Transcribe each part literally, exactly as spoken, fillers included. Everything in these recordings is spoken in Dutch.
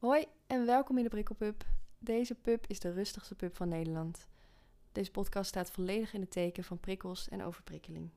Hoi en welkom in de Prikkelpub. Deze pub is de rustigste pub van Nederland. Deze podcast staat volledig in het teken van prikkels en overprikkeling.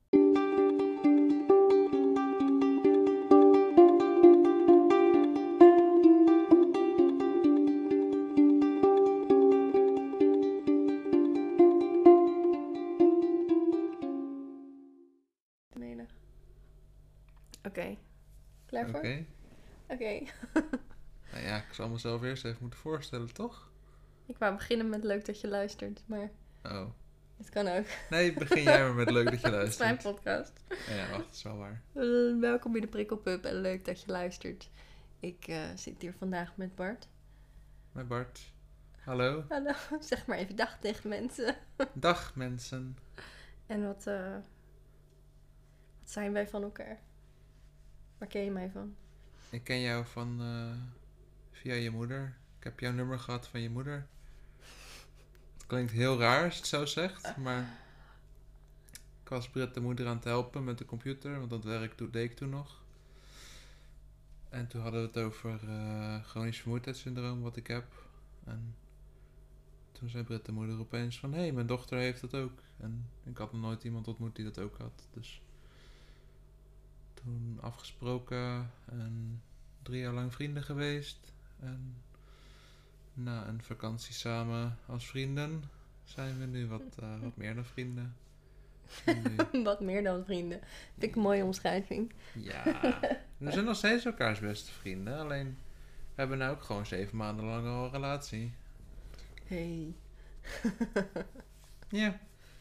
Oké, okay. Klaar voor? Oké. Oké. Okay. Nou ja, ik zal mezelf eerst even moeten voorstellen, toch? Ik wou beginnen met leuk dat je luistert, maar... Oh. Het kan ook. Nee, begin jij maar met leuk dat je luistert. Het is mijn podcast. Ja, wacht, dat is wel waar. Uh, welkom bij de Prikkelpub en leuk dat je luistert. Ik uh, zit hier vandaag met Bart. Met Bart. Hallo. Hallo. Zeg maar even dag tegen mensen. Dag mensen. En wat, uh, wat zijn wij van elkaar? Waar ken je mij van? Ik ken jou van uh, via je moeder. Ik heb jouw nummer gehad van je moeder. Het klinkt heel raar als je het zo zegt, maar ik was Britt de moeder aan het helpen met de computer, want dat werk deed ik toen nog. En toen hadden we het over uh, chronisch vermoeidheidssyndroom, wat ik heb. En toen zei Britt de moeder opeens van, hé, hey, mijn dochter heeft dat ook. En ik had nog nooit iemand ontmoet die dat ook had. Dus toen afgesproken en drie jaar lang vrienden geweest. En na een vakantie samen als vrienden zijn we nu wat, uh, wat meer dan vrienden. Nu... wat meer dan vrienden. Vind ik een mooie omschrijving. Ja, we zijn nog steeds elkaars beste vrienden. Alleen, we hebben nu ook gewoon zeven maanden lang al een relatie. Hey. Ja.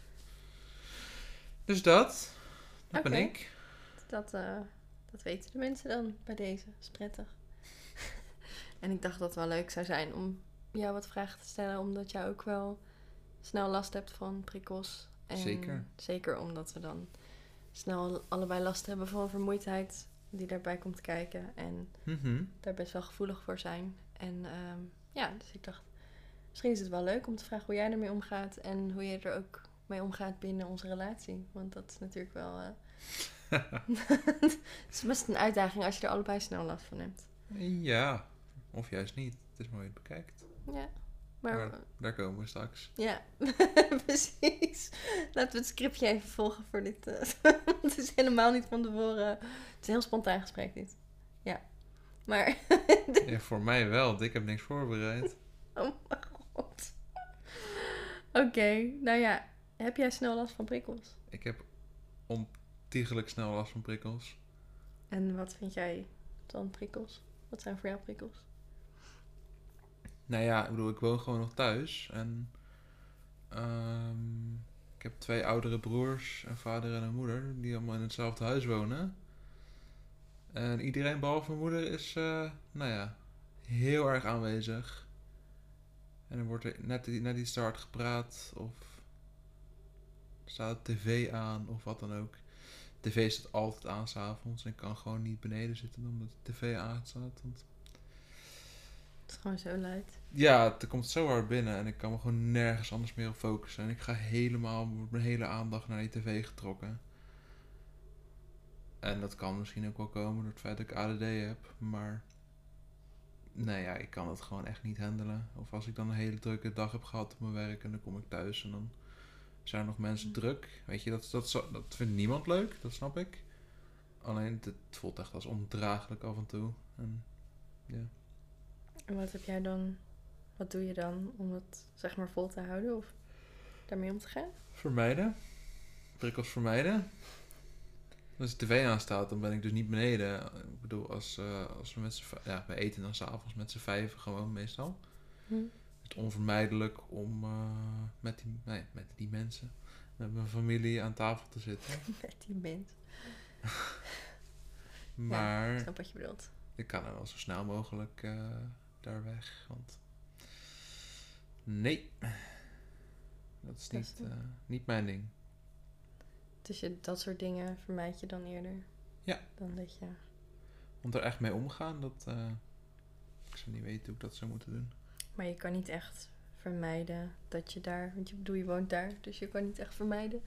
Dus dat. Dat okay. ben ik. Dat, uh, dat weten de mensen dan bij deze. Dat is prettig. En ik dacht dat het wel leuk zou zijn om jou wat vragen te stellen. Omdat jij ook wel snel last hebt van prikkels. En zeker. Zeker omdat we dan snel allebei last hebben van vermoeidheid. Die daarbij komt kijken. En mm-hmm. daar best wel gevoelig voor zijn. En um, ja, dus ik dacht... Misschien is het wel leuk om te vragen hoe jij ermee omgaat. En hoe je er ook mee omgaat binnen onze relatie. Want dat is natuurlijk wel... Uh... het is best een uitdaging als je er allebei snel last van hebt. Ja, of juist niet. Het is mooi je het bekijkt. Ja, maar... maar daar komen we straks. Ja, precies. Laten we het scriptje even volgen voor dit. Uh... het is helemaal niet van tevoren... Het is een heel spontaan gesprek dit. Ja, maar... ja, voor mij wel, want ik heb niks voorbereid. Oh mijn god. Oké, okay, nou ja. Heb jij snel last van prikkels? Ik heb ontiegelijk snel last van prikkels. En wat vind jij dan prikkels? Wat zijn voor jou prikkels? Nou ja, ik bedoel, ik woon gewoon nog thuis. En um, ik heb twee oudere broers, een vader en een moeder, die allemaal in hetzelfde huis wonen. En iedereen behalve mijn moeder is, uh, nou ja, heel erg aanwezig. En dan wordt er net, net iets te hard gepraat of staat de tv aan of wat dan ook. De tv staat altijd aan 's avonds en ik kan gewoon niet beneden zitten omdat de tv aanstaat. Want... Het is gewoon zo luid. Ja, het komt zo hard binnen en ik kan me gewoon nergens anders meer op focussen. En ik ga helemaal, wordt mijn hele aandacht naar die tv getrokken. En dat kan misschien ook wel komen door het feit dat ik A D D heb, maar... Nee, ja, ik kan het gewoon echt niet handelen. Of als ik dan een hele drukke dag heb gehad op mijn werk en dan kom ik thuis en dan zijn er nog mensen mm. druk. Weet je, dat, dat, dat vindt niemand leuk, dat snap ik. Alleen, het voelt echt als ondraaglijk af en toe. En, ja. En wat heb jij dan, wat doe je dan om het zeg maar vol te houden of daarmee om te gaan? Vermijden. Prikkels vermijden. Als de tv aanstaat, dan ben ik dus niet beneden. Ik bedoel, als, uh, als we met z'n vijf... Ja, we eten dan 's avonds met z'n vijf gewoon meestal. Hm. Het is onvermijdelijk om uh, met, die, nee, met die mensen, met mijn familie aan tafel te zitten. Met die mensen. Maar... Ja, ik snap wat je bedoelt. Ik kan er wel zo snel mogelijk uh, daar weg, want... Nee. Dat is, dat niet, is uh, niet mijn ding. Dus je, dat soort dingen vermijd je dan eerder? Ja. Dan dat je... Want er echt mee omgaan, dat... Uh, ik zou niet weten hoe ik dat zou moeten doen. Maar je kan niet echt vermijden dat je daar... Want je bedoel, je woont daar, dus je kan niet echt vermijden.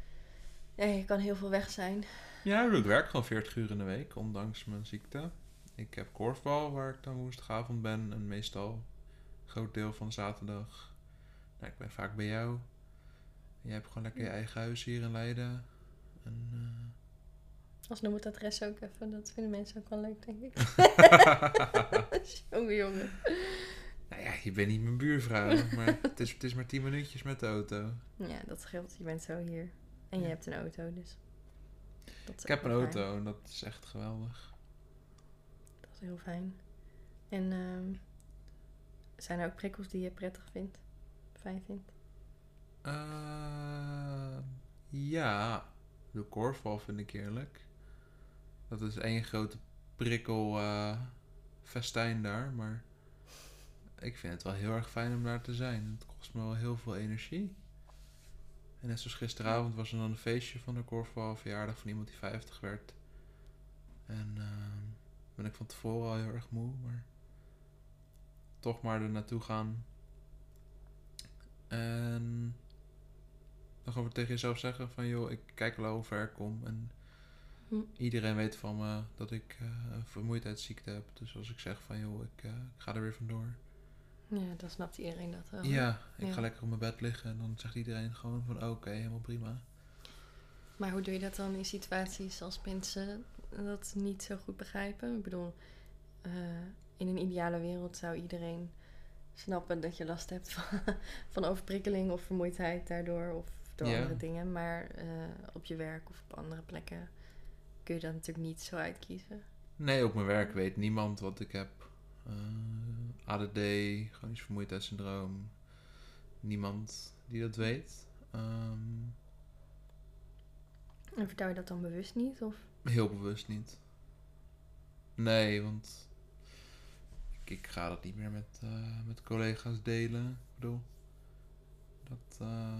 Nee, je kan heel veel weg zijn. Ja, ik werk gewoon veertig uur in de week, ondanks mijn ziekte. ik heb korfbal waar ik dan woensdagavond ben. En meestal een groot deel van zaterdag. Nou, ik ben vaak bij jou. En jij hebt gewoon lekker je eigen huis hier in Leiden. En, uh... Als noem het adres ook even. Dat vinden mensen ook wel leuk, denk ik. jongen, jongen. Nou ja, je bent niet mijn buurvrouw. Maar het is, het is maar tien minuutjes met de auto. Ja, dat scheelt. Je bent zo hier. En je Ja. hebt een auto, dus... Dat is Ik heb een wel auto fijn. en dat is echt geweldig. Dat is heel fijn. En uh, zijn er ook prikkels die je prettig vindt? Fijn vindt? Uh, ja, de korfbal vind ik heerlijk. Dat is één grote prikkel uh, festijn daar, maar ik vind het wel heel erg fijn om daar te zijn. Het kost me wel heel veel energie. En net zoals gisteravond was er dan een feestje van de korfbal, verjaardag van iemand die vijftig werd. En uh, ben ik van tevoren al heel erg moe, maar toch maar er naartoe gaan. En dan gewoon tegen jezelf zeggen van joh, ik kijk wel hoe ver ik kom. En hm. iedereen weet van me dat ik uh, een vermoeidheidsziekte heb. Dus als ik zeg van joh, ik, uh, ik ga er weer vandoor. Ja, dan snapt iedereen dat wel. Ja, ik ja. ga lekker op mijn bed liggen en dan zegt iedereen gewoon van oké, okay, helemaal prima. Maar hoe doe je dat dan in situaties als mensen dat niet zo goed begrijpen? Ik bedoel, uh, in een ideale wereld zou iedereen snappen dat je last hebt van, van overprikkeling of vermoeidheid daardoor of door ja. andere dingen. Maar uh, op je werk of op andere plekken kun je dat natuurlijk niet zo uitkiezen. Nee, op mijn werk weet niemand wat ik heb. Uh, A D D, chronisch vermoeidheidssyndroom. Niemand die dat weet. Um, en vertel je dat dan bewust niet? Of? Heel bewust niet. Nee, want ik, ik ga dat niet meer met, uh, met collega's delen. Ik bedoel, dat uh,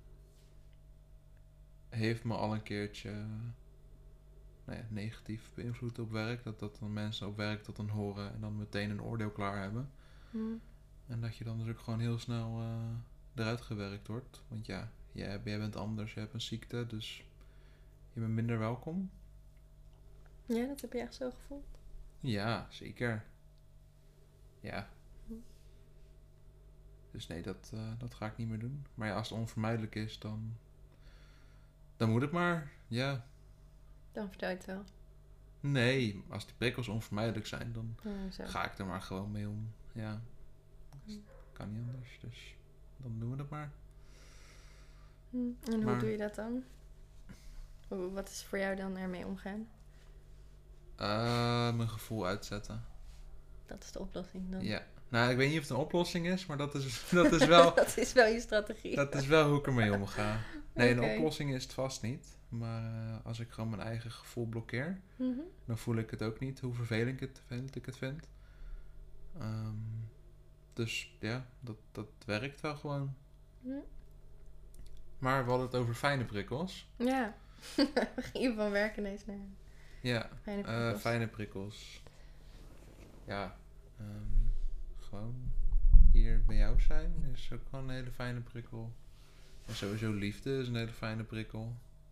heeft me al een keertje nou ja, negatief beïnvloed op werk. Dat, dat dan mensen op werk dat dan horen en dan meteen een oordeel klaar hebben. Hmm. En dat je dan dus ook gewoon heel snel uh, eruit gewerkt wordt. Want ja, jij, jij bent anders, je hebt een ziekte, dus je bent minder welkom. Ja, dat heb je echt zo gevoeld? Ja, zeker. Ja. Hm. Dus nee, dat, uh, dat ga ik niet meer doen. Maar ja, als het onvermijdelijk is, dan... Dan moet het maar, ja. Dan vertel je het wel. Nee, als die prikkels onvermijdelijk zijn, dan oh, ga ik er maar gewoon mee om. Ja. Hm. Kan niet anders, dus dan doen we dat maar. Hm. En maar, hoe doe je dat dan? Wat is voor jou dan ermee omgaan? Uh, mijn gevoel uitzetten. Dat is de oplossing dan? Ja. Nou, ik weet niet of het een oplossing is, maar dat is, dat is wel... dat is wel je strategie. Dat is wel hoe ik ermee omga. Nee, okay. Een oplossing is het vast niet. Maar uh, als ik gewoon mijn eigen gevoel blokkeer, mm-hmm. dan voel ik het ook niet hoe vervelend ik het vind. Ik het vind. Um, dus ja, dat, dat werkt wel gewoon. Mm. Maar we hadden het over fijne prikkels. Ja, we gingen van werken ineens naar ja, fijne prikkels. Uh, fijne prikkels. Ja, um, gewoon hier bij jou zijn is ook wel een hele fijne prikkel. En sowieso liefde is een hele fijne prikkel.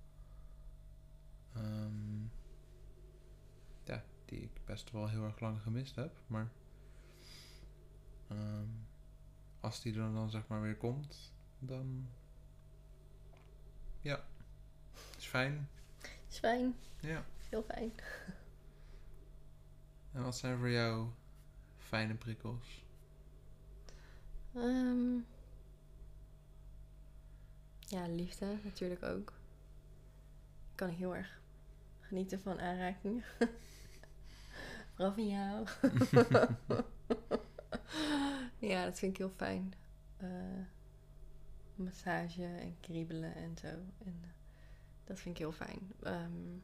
Um, ja, die ik best wel heel erg lang gemist heb. Maar um, als die er dan zeg maar weer komt, dan ja, is fijn. Is fijn. Ja. Heel fijn. En wat zijn voor jou fijne prikkels? Um, ja, liefde natuurlijk ook. Ik kan heel erg genieten van aanrakingen. Vooral van jou. ja, dat vind ik heel fijn. Uh, massage en kriebelen en zo. En uh, dat vind ik heel fijn. Um,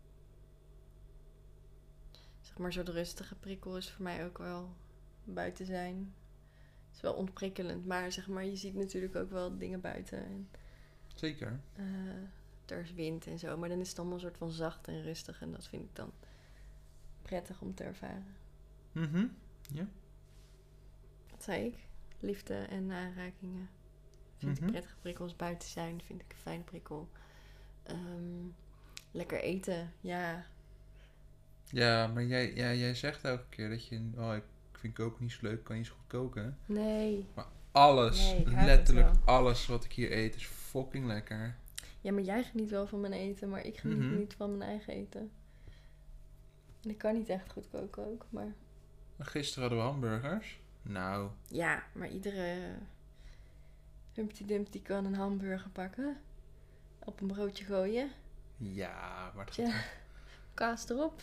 zeg maar, zo'n rustige prikkel is voor mij ook wel buiten zijn. Het is wel ontprikkelend, maar zeg maar, je ziet natuurlijk ook wel dingen buiten. En, zeker. Uh, er is wind en zo, maar dan is het allemaal een soort van zacht en rustig. En dat vind ik dan prettig om te ervaren. Mhm, ja. Wat zei ik? Liefde en aanrakingen. Vind mm-hmm. ik prettige prikkels. Buiten zijn vind ik een fijne prikkel. Um, lekker eten, ja. Ja, maar jij, ja, jij zegt elke keer dat je... Oh, ik vind koken niet zo leuk, kan niet zo goed koken. Nee. Alles, Nee, ik haat letterlijk het wel. alles wat ik hier eet is fucking lekker. Ja, maar jij geniet wel van mijn eten, maar ik geniet Mhm. niet van mijn eigen eten. En ik kan niet echt goed koken ook, maar... Gisteren hadden we hamburgers. Nou, Ja, maar iedere Humpty Dumpty kan een hamburger pakken. Op een broodje gooien. ja, maar het Tja. gaat... Kaas erop.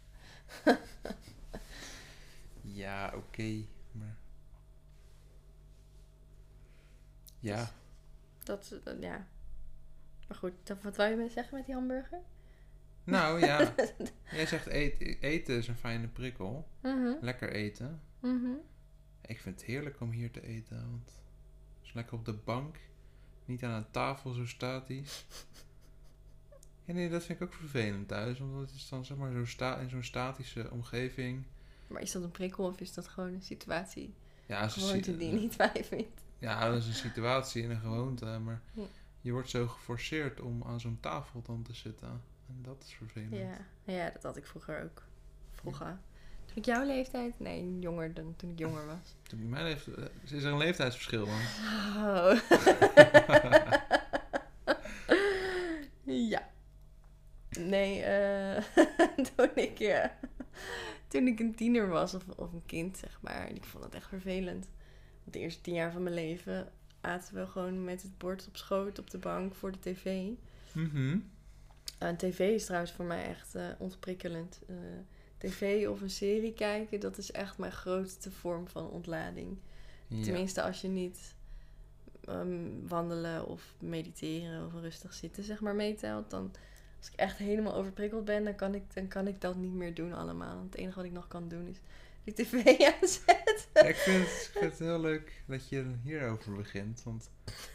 Ja, oké, maar... Ja, Dat, dat- ja. Maar goed, dat, wat wou je me zeggen met die hamburger? nou ja. Jij zegt eet, eten is een fijne prikkel. Mhm, Lekker eten. mhm. Ik vind het heerlijk om hier te eten, want het is lekker op de bank. Niet aan een tafel zo statisch. Ja, nee, dat vind ik ook vervelend thuis, want het is dan zeg maar zo sta in zo'n statische omgeving. Maar is dat een prikkel of is dat gewoon een situatie? Ja, het is een Gewoonte si- die je niet fijn vindt. ja, dat is een situatie en een gewoonte, maar Ja. je wordt zo geforceerd om aan zo'n tafel dan te zitten. En dat is vervelend. Ja. Ja, dat had ik vroeger ook. Vroeger. Toen ik jouw leeftijd... Nee, jonger dan toen ik jonger was. Toen mijn leeftijd, is er een leeftijdsverschil dan? Oh. Ja. Nee, eh toen ik, ja, toen ik een tiener was, of, of een kind, zeg maar. En ik vond het echt vervelend. Want de eerste tien jaar van mijn leven aten we gewoon met het bord op schoot op de bank voor de tv. Mhm. En tv is trouwens voor mij echt eh ontprikkelend. Eh, tv of een serie kijken, dat is echt mijn grootste vorm van ontlading. Ja. Tenminste, als je niet ehm, wandelen of mediteren of rustig zitten, zeg maar, meetelt. Dan, als ik echt helemaal overprikkeld ben, dan kan ik, dan kan ik dat niet meer doen allemaal. Het enige wat ik nog kan doen is die tv aanzetten. Ja, ik, vind het, ik vind het heel leuk dat je hierover begint. Want...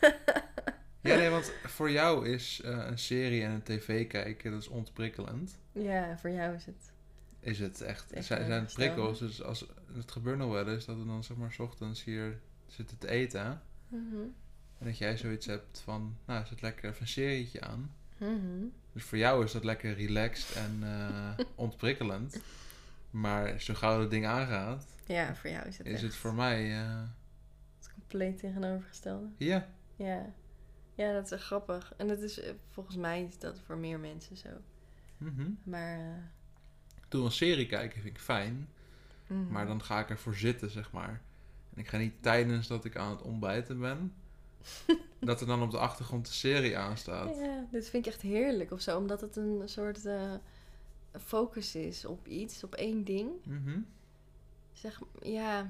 Ja, nee, want voor jou is eh, een serie en een tv kijken, dat is ontprikkelend. Ja, voor jou is het. Is het echt, Echt zijn, wel zijn het gesteld. prikkels. Dus als, het gebeurt nog wel eens dat we dan zeg maar 's ochtends hier zitten te eten. Mhm. En dat jij zoiets hebt van, nou, zet lekker even een serietje aan. Mhm. Dus voor jou is dat lekker relaxed en eh, ontprikkelend. Maar zo gauw dat ding aangaat, Ja, voor jou is het is echt het voor mij, eh, het compleet tegenovergestelde. ja. Ja. Ja, dat is echt grappig. En dat is, eh, volgens mij is dat voor meer mensen zo. Mhm. Maar... eh, Doe een serie kijken vind ik fijn. mhm. Maar dan ga ik ervoor zitten, zeg maar. En ik ga niet tijdens dat ik aan het ontbijten ben, dat er dan op de achtergrond de serie aanstaat. Ja, dit vind ik echt heerlijk of zo. Omdat het een soort eh, focus is op iets, op één ding. Mhm. Zeg, ja...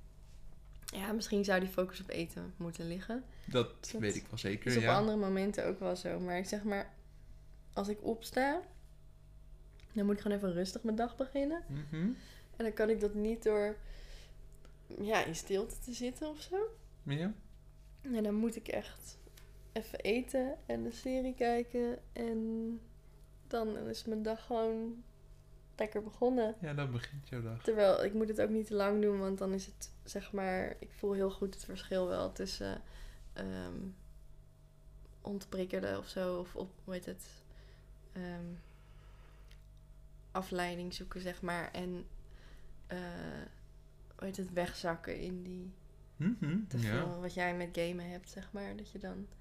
Ja, misschien zou die focus op eten moeten liggen. Dat, Dat weet ik wel zeker, is op ja. andere momenten ook wel zo. Maar ik zeg maar, als ik opsta, dan moet ik gewoon even rustig mijn dag beginnen. Mhm. En dan kan ik dat niet door ja, in stilte te zitten of zo. Ja. En dan moet ik echt even eten en een serie kijken. En dan is mijn dag gewoon lekker begonnen. Ja, dan begint jouw dag. Terwijl ik moet het ook niet te lang doen, want dan is het zeg maar... Ik voel heel goed het verschil wel tussen ehm ontprikkelen of zo. Of op, hoe heet het? Ehm, afleiding zoeken, zeg maar. En eh, hoe heet het? Wegzakken in die Mhm. te Ja. veel wat jij met gamen hebt, zeg maar. Dat je dan...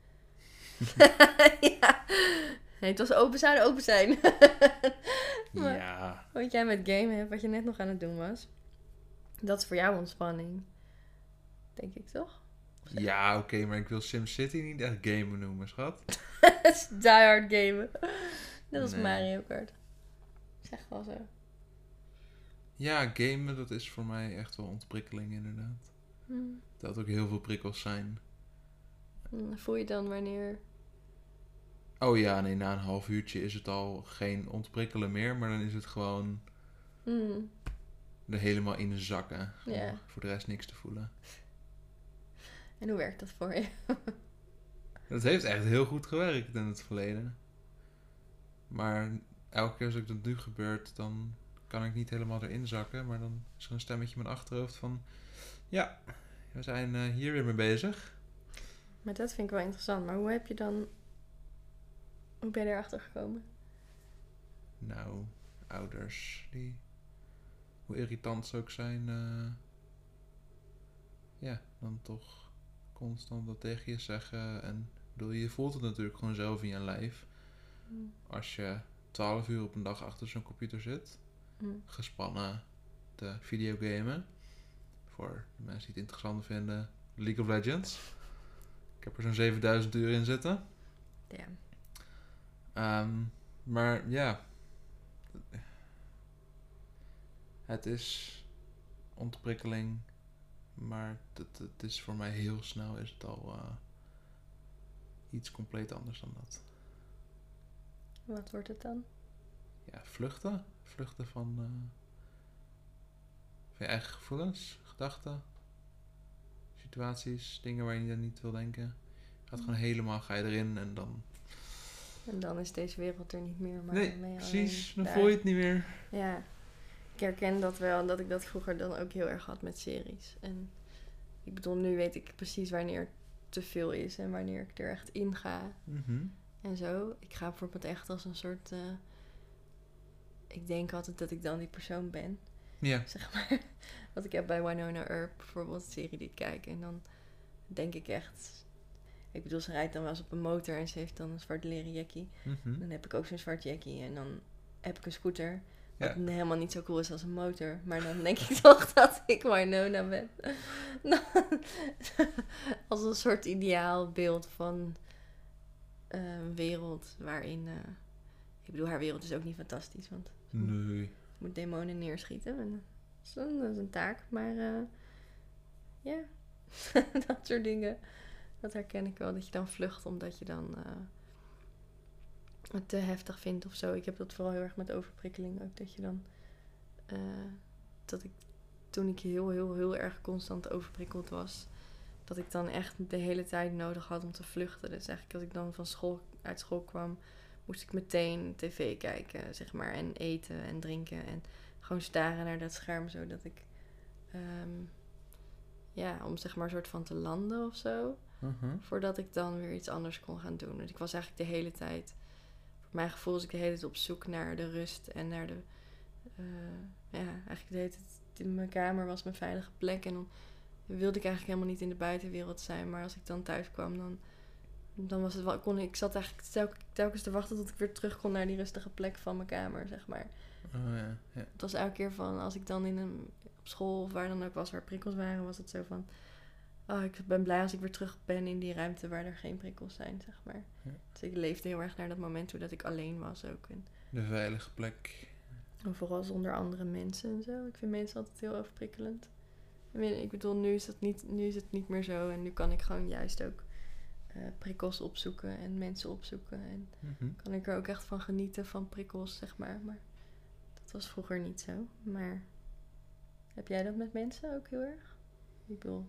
ja. Nee, het was open zouden open zijn. Maar Ja. wat jij met gamen hebt, wat je net nog aan het doen was. Dat is voor jou ontspanning. Denk ik toch? Ja, oké, maar ik wil SimCity niet echt gamen noemen, schat. Het is die hard gamen. Dat is Nee. Mario Kart. Zeg wel zo. Ja, gamen, dat is voor mij echt wel ontprikkeling, inderdaad. Hmm. Dat ook heel veel prikkels zijn. Hmm, Voel je dan wanneer... Oh ja, nee, na een half uurtje is het al geen ontprikkelen meer, maar dan is het gewoon Hmm. er helemaal in de zakken. Om Ja. voor de rest niks te voelen. En hoe werkt dat voor je? Dat heeft echt heel goed gewerkt in het verleden. Maar elke keer als ik dat nu gebeurt, dan kan ik niet helemaal erin zakken. Maar dan is er een stemmetje in mijn achterhoofd van... Ja, we zijn eh, hier weer mee bezig. Maar dat vind ik wel interessant. Maar hoe heb je dan... Hoe ben je erachter gekomen? Nou, ouders die, hoe irritant ze ook zijn, uh, ja, dan toch constant dat tegen je zeggen. En bedoel, je voelt het natuurlijk gewoon zelf in je lijf. Mm. Als je twaalf uur op een dag achter zo'n computer zit, Mm. gespannen te videogamen. Voor de mensen die het interessant vinden, League of Legends. Ik heb er zo'n zevenduizend uur in zitten. Ja. Um, maar ja, het is ontprikkeling, maar het, het is voor mij heel snel is het al uh, iets compleet anders dan dat. Wat wordt het dan? Ja, vluchten. Vluchten van, uh, van je eigen gevoelens, gedachten, situaties, dingen waar je niet wil denken. Je gaat gewoon helemaal, ga je erin en dan... En dan is deze wereld er niet meer. Maar nee, dan ben je precies. Dan daar. voel je het niet meer. Ja, ik herken dat wel. Dat ik dat vroeger dan ook heel erg had met series. En ik bedoel, nu weet ik precies wanneer het te veel is. En wanneer ik er echt in ga. Mm-hmm. En zo. Ik ga bijvoorbeeld echt als een soort... Uh, ik denk altijd dat ik dan die persoon ben. Ja. Zeg maar. Wat ik heb bij Winona Earp. Bijvoorbeeld een serie die ik kijk. En dan denk ik echt... Ik bedoel, ze rijdt dan wel eens op een motor en ze heeft dan een zwart leren jackie. Mm-hmm. Dan heb ik ook zo'n zwart jackie en dan heb ik een scooter. Wat Ja. helemaal niet zo cool is als een motor. Maar dan denk ik toch dat ik Winona ben. Als een soort ideaal beeld van uh, een wereld waarin... Uh, ik bedoel, haar wereld is ook niet fantastisch. Want nee. je moet demonen neerschieten. En dat, is een, dat is een taak. Maar uh, ja, dat soort dingen... Dat herken ik wel, dat je dan vlucht omdat je dan uh, het te heftig vindt of zo. Ik heb dat vooral heel erg met overprikkeling ook. Dat je dan, uh, dat ik toen ik heel, heel, heel erg constant overprikkeld was, dat ik dan echt de hele tijd nodig had om te vluchten. Dus eigenlijk als ik dan van school, uit school kwam, moest ik meteen tv kijken, zeg maar. En eten en drinken en gewoon staren naar dat scherm, zodat ik, um, ja, om zeg maar een soort van te landen of zo. Uh-huh. Voordat ik dan weer iets anders kon gaan doen. Dus ik was eigenlijk de hele tijd... Voor mijn gevoel was ik de hele tijd op zoek naar de rust. En naar de... Uh, ja, eigenlijk de hele tijd... In mijn kamer was mijn veilige plek. En dan wilde ik eigenlijk helemaal niet in de buitenwereld zijn. Maar als ik dan thuis kwam, dan... Dan was het wel... Kon ik, ik zat eigenlijk telk, telkens te wachten tot ik weer terug kon naar die rustige plek van mijn kamer, zeg maar. Oh ja, ja. Het was elke keer van... Als ik dan in een... Op school of waar dan ook was, waar prikkels waren, was het zo van... Oh, ik ben blij als ik weer terug ben in die ruimte waar er geen prikkels zijn, zeg maar. Ja. Dus ik leefde heel erg naar dat moment toe dat ik alleen was ook. En, de veilige plek. en vooral zonder andere mensen en zo. Ik vind mensen altijd heel overprikkelend. Ik bedoel, nu is het niet, nu is het niet meer zo. En nu kan ik gewoon juist ook uh, prikkels opzoeken en mensen opzoeken. En Mm-hmm. kan ik er ook echt van genieten van prikkels, zeg maar. Maar dat was vroeger niet zo. Maar heb jij dat met mensen ook heel erg? Ik bedoel...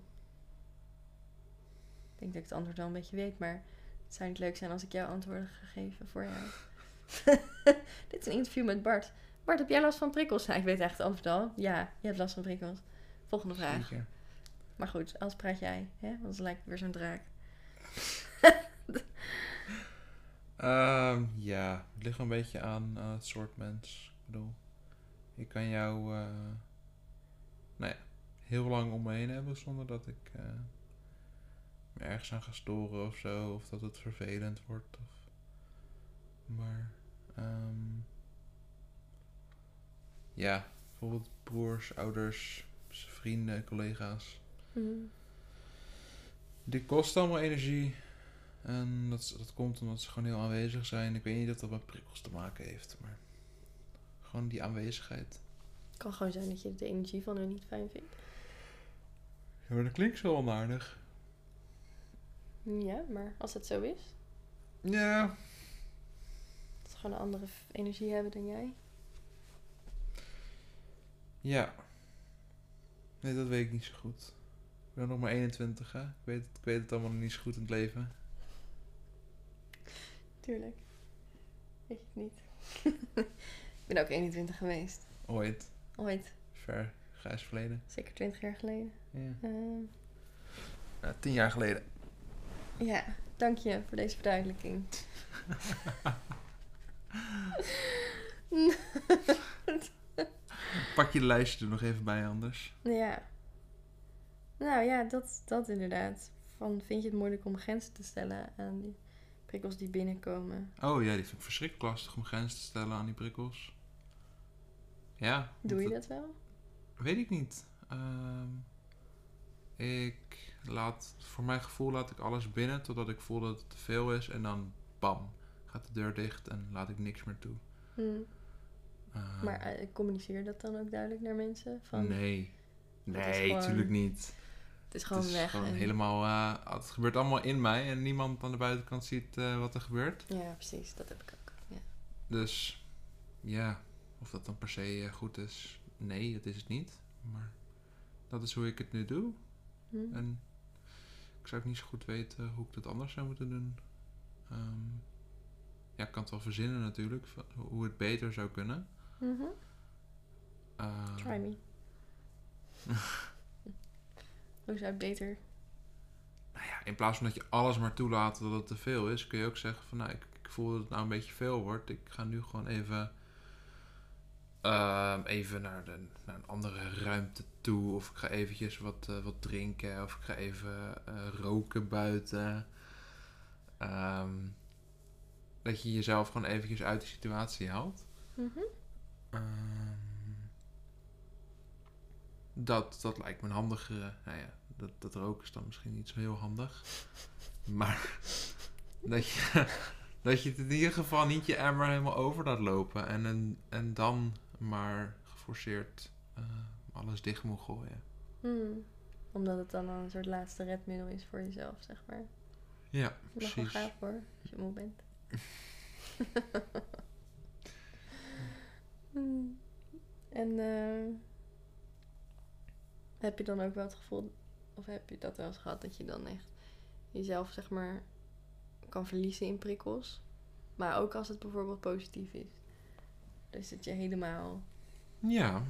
Ik denk dat ik het antwoord wel een beetje weet, maar het zou niet leuk zijn als ik jouw antwoorden ga geven voor jou. Dit is een interview met Bart. Bart, heb jij last van prikkels? Nou, ik weet echt het antwoord al. Ja, je hebt last van prikkels. Volgende vraag. Zeker. Maar goed, anders praat jij, hè? Want dan lijkt het weer zo'n draak. um, ja, het ligt een beetje aan, aan het soort mens. Ik bedoel, ik kan jou uh, nou ja, heel lang om me heen hebben zonder dat ik... Uh, ergens aan gaan storen of zo, of dat het vervelend wordt. Of... Maar, um... ja, bijvoorbeeld broers, ouders, vrienden, collega's. Mm. Die kosten allemaal energie. En dat, dat komt omdat ze gewoon heel aanwezig zijn. Ik weet niet of dat met prikkels te maken heeft, maar gewoon die aanwezigheid. Het kan gewoon zijn dat je de energie van hun niet fijn vindt. Ja, maar dat klinkt zo onaardig. Ja, maar als het zo is. Ja. Dat ze gewoon een andere f- energie hebben dan jij. Ja. Nee, dat weet ik niet zo goed. Ik ben nog maar eenentwintig, hè. Ik weet, ik weet het allemaal nog niet zo goed in het leven. Tuurlijk. Weet je het niet. Ik ben ook eenentwintig geweest. Ooit. Ooit. Ver, grijs verleden. Zeker twintig jaar geleden. Ja. Uh, ja, tien jaar geleden. Ja, dank je voor deze verduidelijking. Pak je lijstje er nog even bij anders. Ja. Nou ja, dat, dat inderdaad. Van, vind je het moeilijk om grenzen te stellen aan die prikkels die binnenkomen? Oh ja, die vind ik verschrikkelijk lastig om grenzen te stellen aan die prikkels. Ja. Doe je dat dat wel? Weet ik niet. Ehm, ik laat, voor mijn gevoel laat ik alles binnen totdat ik voel dat het te veel is. En dan bam, gaat de deur dicht en laat ik niks meer toe. Hmm. Ehm, Maar uh, communiceer je dat dan ook duidelijk naar mensen? Van, nee. het is Nee, gewoon- natuurlijk niet. Het is gewoon het is weg. gewoon en- helemaal... eh, het gebeurt allemaal in mij en niemand aan de buitenkant ziet eh, wat er gebeurt. Ja, precies. Dat heb ik ook. Ja. Dus ja, of dat dan per se eh, goed is, nee, dat is het niet. Maar dat is hoe ik het nu doe. Hm. En ik zou ook niet zo goed weten hoe ik dat anders zou moeten doen. Ehm, ja, ik kan het wel verzinnen natuurlijk, van hoe het beter zou kunnen. Mhm. Ehm, Try me. Hoe zou het beter? Nou ja, in plaats van dat je alles maar toelaat dat het te veel is, kun je ook zeggen van nou, ik, ik voel dat het nou een beetje veel wordt. Ik ga nu gewoon even, ehm, even naar, de, naar een andere ruimte toe. Of ik ga eventjes wat, eh, wat drinken. Of ik ga even eh, roken buiten. Ehm, dat je jezelf gewoon eventjes uit de situatie haalt. Mhm. Ehm, dat, dat lijkt me een handigere. Nou ja, dat, dat roken is dan misschien niet zo heel handig. Maar dat je, dat je het in ieder geval niet je emmer helemaal over laat lopen. En, en, en dan maar geforceerd uh, alles dicht moet gooien. Hmm. Omdat het dan een soort laatste redmiddel is voor jezelf, zeg maar. Ja, Dat mag wel precies. gaaf hoor, als je moe bent. Hmm. En uh, heb je dan ook wel het gevoel, of heb je dat wel eens gehad, dat je dan echt jezelf, zeg maar, kan verliezen in prikkels? Maar ook als het bijvoorbeeld positief is. Dus dat je helemaal... Ja.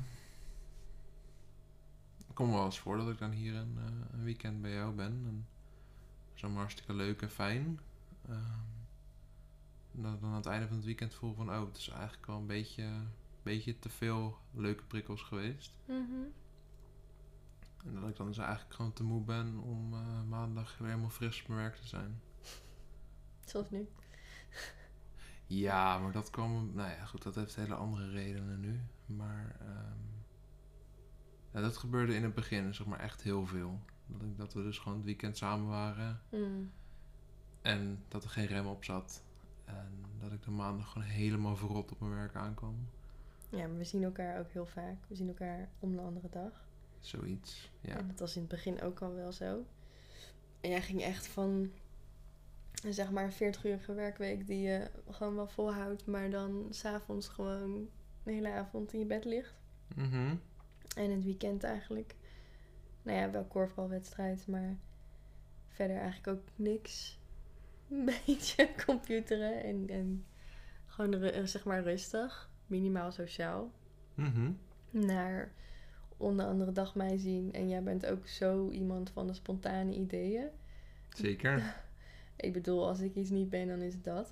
Het komt wel eens voor dat ik dan hier een, uh, een weekend bij jou ben. En dat is allemaal hartstikke leuk en fijn. Uh, en dat ik dan aan het einde van het weekend voel van... oh, het is eigenlijk wel een beetje, beetje te veel leuke prikkels geweest. Mm-hmm. En dat ik dan dus eigenlijk gewoon te moe ben om uh, maandag weer helemaal fris op mijn werk te zijn. Zoals nu. Ja, maar dat kwam... Nou ja, goed, dat heeft hele andere redenen nu. Maar... Um, ja, dat gebeurde in het begin, zeg maar, echt heel veel. Dat, ik, dat we dus gewoon het weekend samen waren. Mm. En dat er geen rem op zat. En dat ik de maandag gewoon helemaal verrot op mijn werk aankwam. Ja, maar we zien elkaar ook heel vaak. We zien elkaar om de andere dag. Zoiets, ja. En dat was in het begin ook al wel zo. En jij ging echt van, zeg maar, een veertig-urige werkweek die je gewoon wel volhoudt, maar dan 's avonds gewoon de hele avond in je bed ligt. Mm-hmm. En in het weekend eigenlijk, nou ja, wel korfbalwedstrijd, maar verder eigenlijk ook niks. Een beetje computeren en, en gewoon ru- zeg maar rustig, minimaal sociaal. Mm-hmm. Naar om de andere dag mij zien. En jij bent ook zo iemand van de spontane ideeën. Zeker. Ik bedoel, als ik iets niet ben, dan is het dat.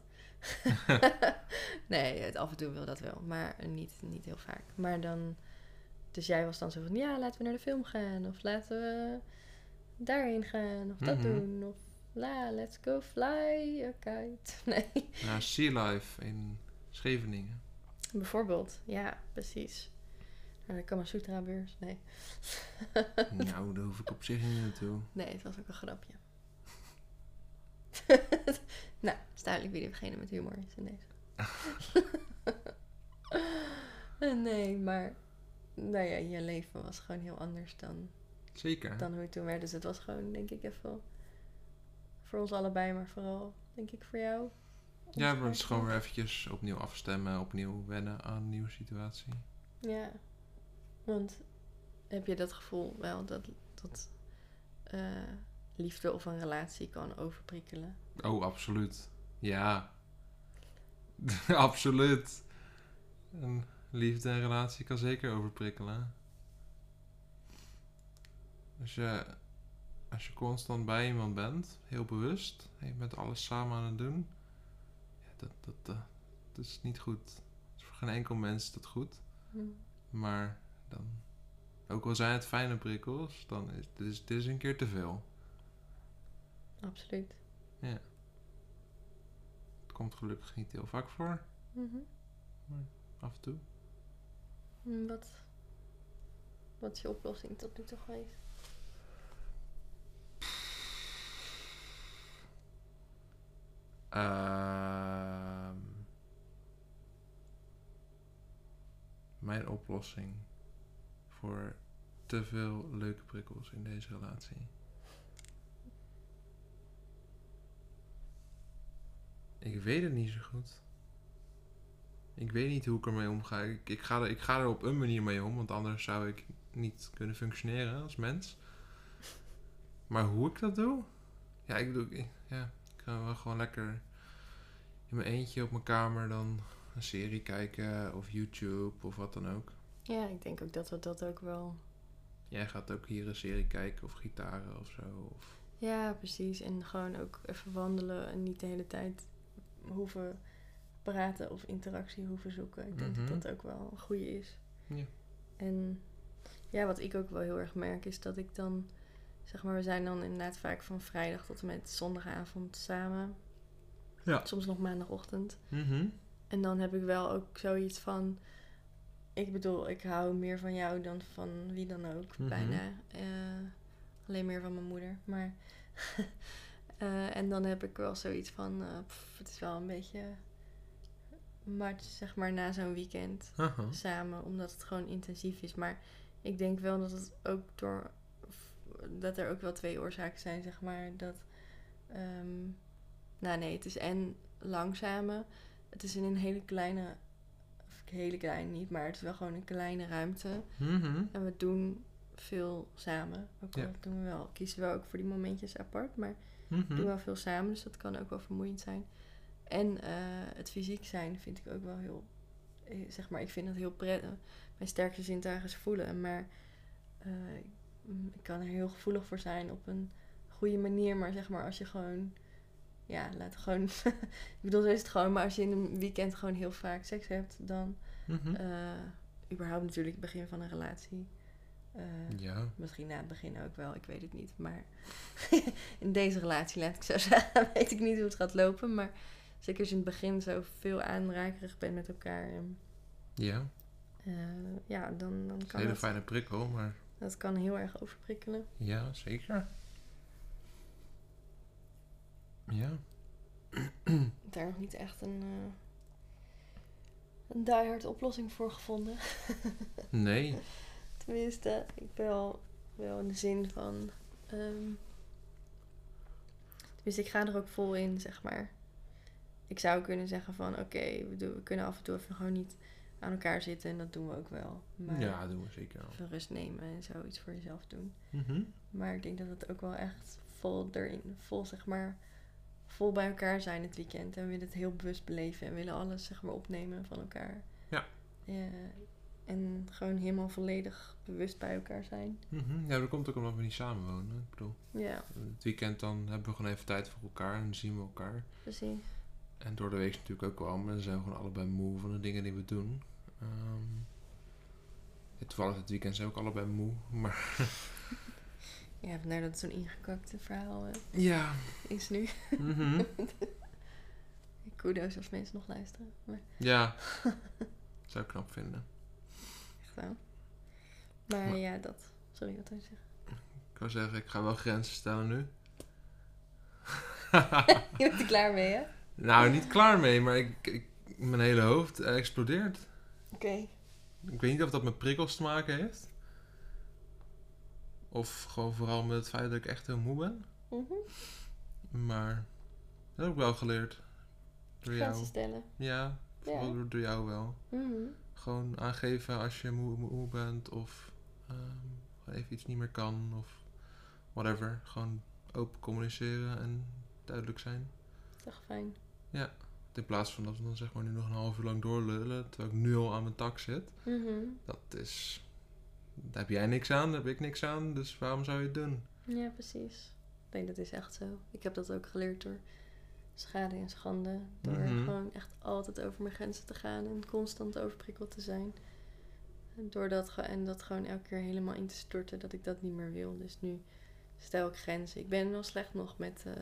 Nee, het, af en toe wil dat wel, maar niet, niet heel vaak. Maar dan... Dus jij was dan zo van, ja, laten we naar de film gaan. Of laten we daarheen gaan. Of dat Mm-hmm. doen. Of la, let's go fly a kite. Nee. Naar Sea Life in Scheveningen. Bijvoorbeeld, ja, precies. Naar de Kamasutra-beurs, nee. Nou, daar hoef ik op zich niet naartoe. Nee, het was ook een grapje. Nou, het is duidelijk wie degene met humor is in deze. Nee, maar... Nou ja, je leven was gewoon heel anders dan, Zeker. dan hoe het toen werd. Dus het was gewoon, denk ik, even... Voor ons allebei, maar vooral, denk ik, voor jou. Ja, maar het is gewoon weer eventjes opnieuw afstemmen, opnieuw wennen aan een nieuwe situatie. Ja, want heb je dat gevoel wel dat, dat uh, liefde of een relatie kan overprikkelen? Oh, absoluut. Ja. Absoluut. Een liefde en relatie kan zeker overprikkelen. Als je, als je constant bij iemand bent, heel bewust, en je bent alles samen aan het doen, ja, dat, dat, dat, dat is niet goed. Dat is voor geen enkel mens is dat goed. Hm. Maar dan, ook al zijn het fijne prikkels, dan is dit is, dit is een keer te veel. Absoluut. Ja. Het komt gelukkig niet heel vaak voor, Mhm. maar af en toe. Hm, Wat, wat is je oplossing tot nu toe geweest? Ehm, mijn oplossing voor te veel leuke prikkels in deze relatie. Ik weet het niet zo goed. Ik weet niet hoe ik ermee omga. Ik, ik, ga er, ik ga er op een manier mee om, want anders zou ik niet kunnen functioneren als mens. Maar hoe ik dat doe? Ja, ik doe. ik- Ja, ik ga wel gewoon lekker in mijn eentje op mijn kamer dan een serie kijken of YouTube of wat dan ook. Ja, ik denk ook dat we dat ook wel... Jij gaat ook hier een serie kijken of gitaren of zo. Of... Ja, precies. En gewoon ook even wandelen en niet de hele tijd hoeven praten of interactie hoeven zoeken. Ik denk Mhm. dat dat ook wel een goede is. Ja. En ja, wat ik ook wel heel erg merk is dat ik dan... Zeg maar, we zijn dan inderdaad vaak van vrijdag tot en met zondagavond samen. Ja. Soms nog maandagochtend. Mhm. En dan heb ik wel ook zoiets van... Ik bedoel, ik hou meer van jou dan van wie dan ook, Mhm. bijna. Eh, alleen meer van mijn moeder. Maar eh, en dan heb ik wel zoiets van... eh, pff, het is wel een beetje... much, zeg maar, na zo'n weekend Aha. samen. Omdat het gewoon intensief is. Maar ik denk wel dat het ook door... Dat er ook wel twee oorzaken zijn, zeg maar. Dat... ehm, nou nee, het is en langzame. Het is in een hele kleine... Of hele klein niet, maar het is wel gewoon een kleine ruimte. Mhm. En we doen veel samen. Ook al Ja. doen we wel, kiezen we ook voor die momentjes apart. Maar we Mhm. doen wel veel samen, dus dat kan ook wel vermoeiend zijn. En eh, het fysiek zijn vind ik ook wel heel... eh, Zeg maar, ik vind dat heel prettig. Mijn sterkste zintuigen is voelen. Maar eh, ik kan er heel gevoelig voor zijn op een goede manier. Maar zeg maar, als je gewoon... Ja, laat gewoon... ik bedoel, zo is het gewoon. Maar als je in een weekend gewoon heel vaak seks hebt, dan... Mhm. eh, überhaupt natuurlijk het begin van een relatie. Eh, Ja. Misschien na het begin ook wel, ik weet het niet. Maar in deze relatie, laat ik zo zeggen, weet ik niet hoe het gaat lopen. Maar zeker als je in het begin zo veel aanrakerig bent met elkaar. En, Ja. eh, ja, dan, dan Het is een kan hele dat, fijne prikkel, maar dat kan heel erg overprikkelen. ja, zeker. Ja. Daar nog niet echt een, uh, een diehard oplossing voor gevonden. Nee. Tenminste, ik ben wel, wel in de zin van... Um, tenminste, ik ga er ook vol in, zeg maar. Ik zou kunnen zeggen van... Oké, okay, we, doen- we kunnen af en toe even gewoon niet aan elkaar zitten. En dat doen we ook wel. Maar Ja, dat doen we zeker wel. even rust nemen en zo iets voor jezelf doen. Mhm. Maar ik denk dat het ook wel echt vol erin... Vol, zeg maar... Vol bij elkaar zijn het weekend. En we willen het heel bewust beleven. En willen alles, zeg maar, opnemen van elkaar. Ja. Uh, en gewoon helemaal volledig bewust bij elkaar zijn. Mhm. Ja, dat komt ook omdat we niet samen wonen. Ik bedoel, Ja, het weekend dan hebben we gewoon even tijd voor elkaar en dan zien we elkaar. precies. En door de week natuurlijk ook wel, maar dan zijn we gewoon allebei moe van de dingen die we doen. Um, ja, toevallig het weekend zijn we ook allebei moe, maar... Ja, vandaar dat het zo'n ingekakte verhaal uh, ja. is nu. Mhm. Kudos als mensen nog luisteren. Maar Ja, zou ik knap vinden. echt wel. Maar, Maar- ja, dat. Sorry, wat wil je zeggen? Ik wou zeggen, ik ga wel grenzen stellen nu. Je bent er klaar mee, hè? Nou, niet klaar mee, maar ik, ik, mijn hele hoofd eh, explodeert. Oké. Okay. Ik weet niet of dat met prikkels te maken heeft. Of gewoon vooral met het feit dat ik echt heel moe ben. Mm-hmm. Maar dat heb ik wel geleerd. Door jou. Grenzen stellen. Ja, vooral Ja. door, door jou wel. Mm-hmm. Gewoon aangeven als je moe, moe, moe bent of um, gewoon even iets niet meer kan of whatever. Gewoon open communiceren en duidelijk zijn. Dat is echt fijn. Ja, in plaats van dat we dan zeg maar nu nog een half uur lang doorlullen terwijl ik nu al aan mijn tak zit. Mm-hmm. Dat is... Daar heb jij niks aan, daar heb ik niks aan, dus waarom zou je het doen? Ja, precies. Nee, dat is echt zo. Ik heb dat ook geleerd door schade en schande. Door Mhm. gewoon echt altijd over mijn grenzen te gaan en constant overprikkeld te zijn. En, door dat, ge- en dat gewoon elke keer helemaal in te storten dat ik dat niet meer wil. Dus nu stel ik grenzen. Ik ben wel slecht nog met, eh,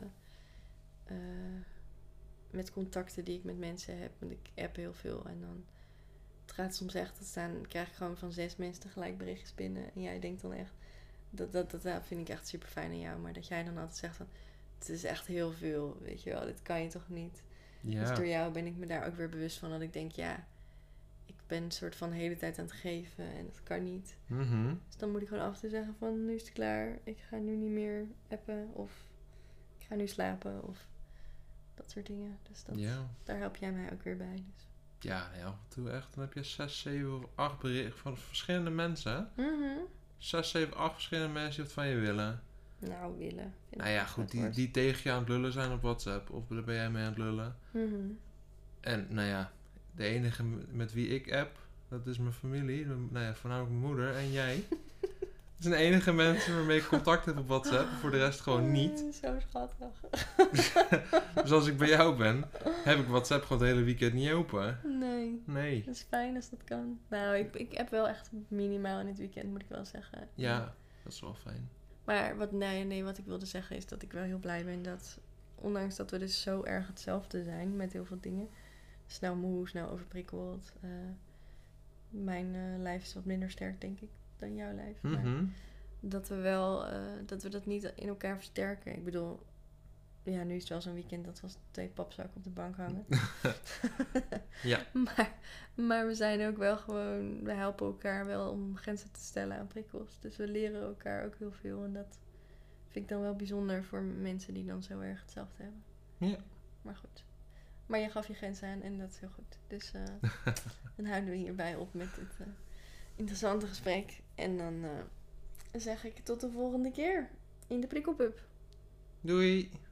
eh, met contacten die ik met mensen heb. Want ik app heel veel en dan... Het gaat soms echt, dat staan, krijg ik gewoon van zes mensen tegelijk berichtjes binnen. En jij denkt dan echt, dat, dat, dat, dat vind ik echt super fijn aan jou. Maar dat jij dan altijd zegt van, het is echt heel veel, weet je wel. Dit kan je toch niet. Ja. Dus door jou ben ik me daar ook weer bewust van. Dat ik denk, ja, ik ben een soort van de hele tijd aan het geven. En dat kan niet. Mhm. Dus dan moet ik gewoon af en toe zeggen van, nu is het klaar. Ik ga nu niet meer appen. Of ik ga nu slapen. Of dat soort dingen. Dus dat, Ja. daar help jij mij ook weer bij. Dus. Ja, nee, af en toe echt. Dan heb je zes, zeven of acht berichten van verschillende mensen. Hè? Mhm. Zes, zeven, acht verschillende mensen die wat van je willen. Nou, willen. vind Nou ik ja, een goed, groot die, woord. die tegen je aan het lullen zijn op WhatsApp. Of daar ben jij mee aan het lullen. Mhm. En nou ja, de enige met wie ik app, dat is mijn familie. Nou ja, voornamelijk mijn moeder en jij. Dat zijn de enige mensen waarmee ik contact heb op WhatsApp. Voor de rest gewoon niet. Eh, Zo schattig. Dus als ik bij jou ben, heb ik WhatsApp gewoon het hele weekend niet open. Nee, Nee. dat is fijn als dat kan. Nou, ik, ik heb wel echt minimaal in het weekend, moet ik wel zeggen. Ja, dat is wel fijn. Maar wat, nee, nee, wat ik wilde zeggen is dat ik wel heel blij ben dat, ondanks dat we dus zo erg hetzelfde zijn met heel veel dingen. Snel moe, snel overprikkeld. eh, mijn eh, lijf is wat minder sterk, denk ik, dan jouw lijf. Maar Mhm. dat we wel, eh, dat we dat niet in elkaar versterken. Ik bedoel, ja, nu is het wel zo'n weekend dat we als twee papzakken op de bank hangen. Ja. Maar, maar we zijn ook wel gewoon, we helpen elkaar wel om grenzen te stellen aan prikkels. Dus we leren elkaar ook heel veel. En dat vind ik dan wel bijzonder voor mensen die dan zo erg hetzelfde hebben. Ja. Maar goed. Maar je gaf je grenzen aan en dat is heel goed. Dus eh, dan houden we hierbij op met dit eh, interessante gesprek. En dan eh, zeg ik tot de volgende keer in de prikkelpub. Doei.